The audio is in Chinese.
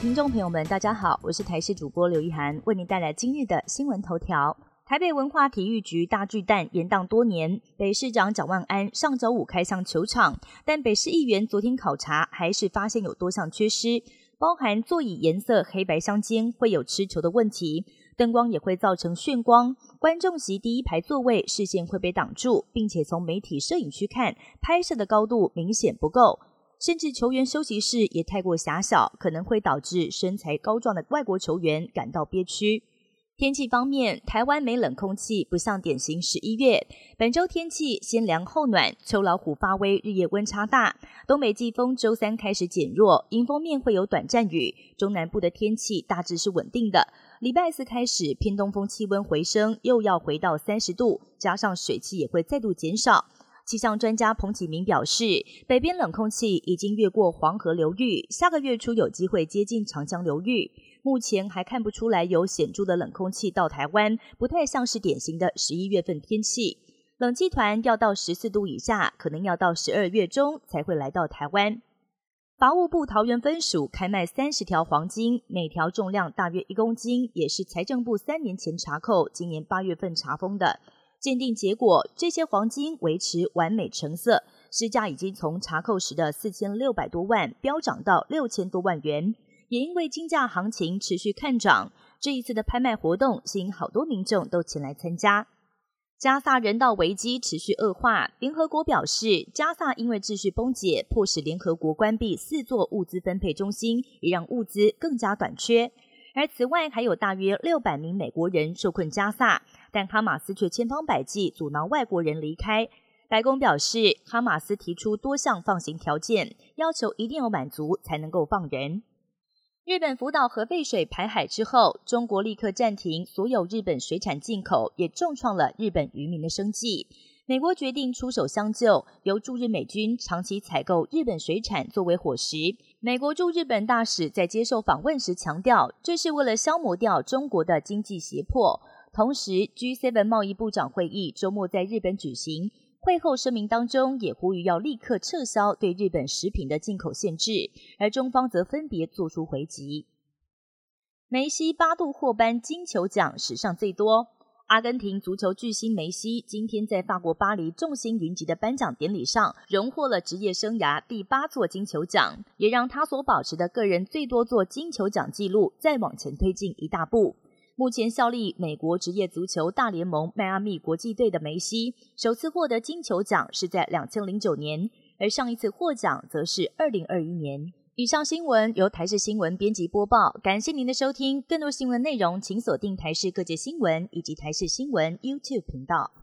听众朋友们大家好，我是台视主播刘一涵，为您带来今日的新闻头条。台北文化体育局大巨蛋延宕多年，北市长蒋万安上周五开箱球场，但北市议员昨天考察还是发现有多项缺失，包含座椅颜色黑白相间会有吃球的问题，灯光也会造成眩光，观众席第一排座位视线会被挡住，并且从媒体摄影区看，拍摄的高度明显不够，甚至球员休息室也太过狭小，可能会导致身材高壮的外国球员感到憋屈。天气方面，台湾没冷空气，不像典型11月。本周天气先凉后暖，秋老虎发威，日夜温差大。东北季风周三开始减弱，迎风面会有短暂雨。中南部的天气大致是稳定的。礼拜四开始，偏东风气温回升，又要回到30度，加上水汽也会再度减少。气象专家彭启明表示，北边冷空气已经越过黄河流域，下个月初有机会接近长江流域。目前还看不出来有显著的冷空气到台湾，不太像是典型的11月份天气。冷气团要到14度以下，可能要到12月中才会来到台湾。法务部桃园分署开卖30条黄金，每条重量大约1公斤，也是财政部3年前查扣，今年8月份查封的。鉴定结果，这些黄金维持完美成色，市价已经从查扣时的4600多万飙涨到6000多万元。也因为金价行情持续看涨，这一次的拍卖活动吸引好多民众都前来参加。加萨人道危机持续恶化，联合国表示，加萨因为秩序崩解，迫使联合国关闭4座物资分配中心，也让物资更加短缺。而此外还有大约600名美国人受困加萨，但哈马斯却千方百计阻挠外国人离开。白宫表示，哈马斯提出多项放行条件，要求一定要满足才能够放人。日本福岛核废水排海之后，中国立刻暂停所有日本水产进口，也重创了日本渔民的生计。美国决定出手相救，由驻日美军长期采购日本水产作为伙食。美国驻日本大使在接受访问时强调，这是为了消磨掉中国的经济胁迫。同时 G7 贸易部长会议周末在日本举行，会后声明当中也呼吁要立刻撤销对日本食品的进口限制，而中方则分别做出回击。梅西8度获颁金球奖，史上最多。阿根廷足球巨星梅西今天在法国巴黎众星云集的颁奖典礼上，荣获了职业生涯第8座金球奖，也让他所保持的个人最多座金球奖纪录再往前推进一大步。目前效力美国职业足球大联盟迈阿密国际队的梅西，首次获得金球奖是在2009年，而上一次获奖则是2021年。以上新闻由台视新闻编辑播报，感谢您的收听。更多新闻内容请锁定台视各界新闻以及台视新闻 YouTube 频道。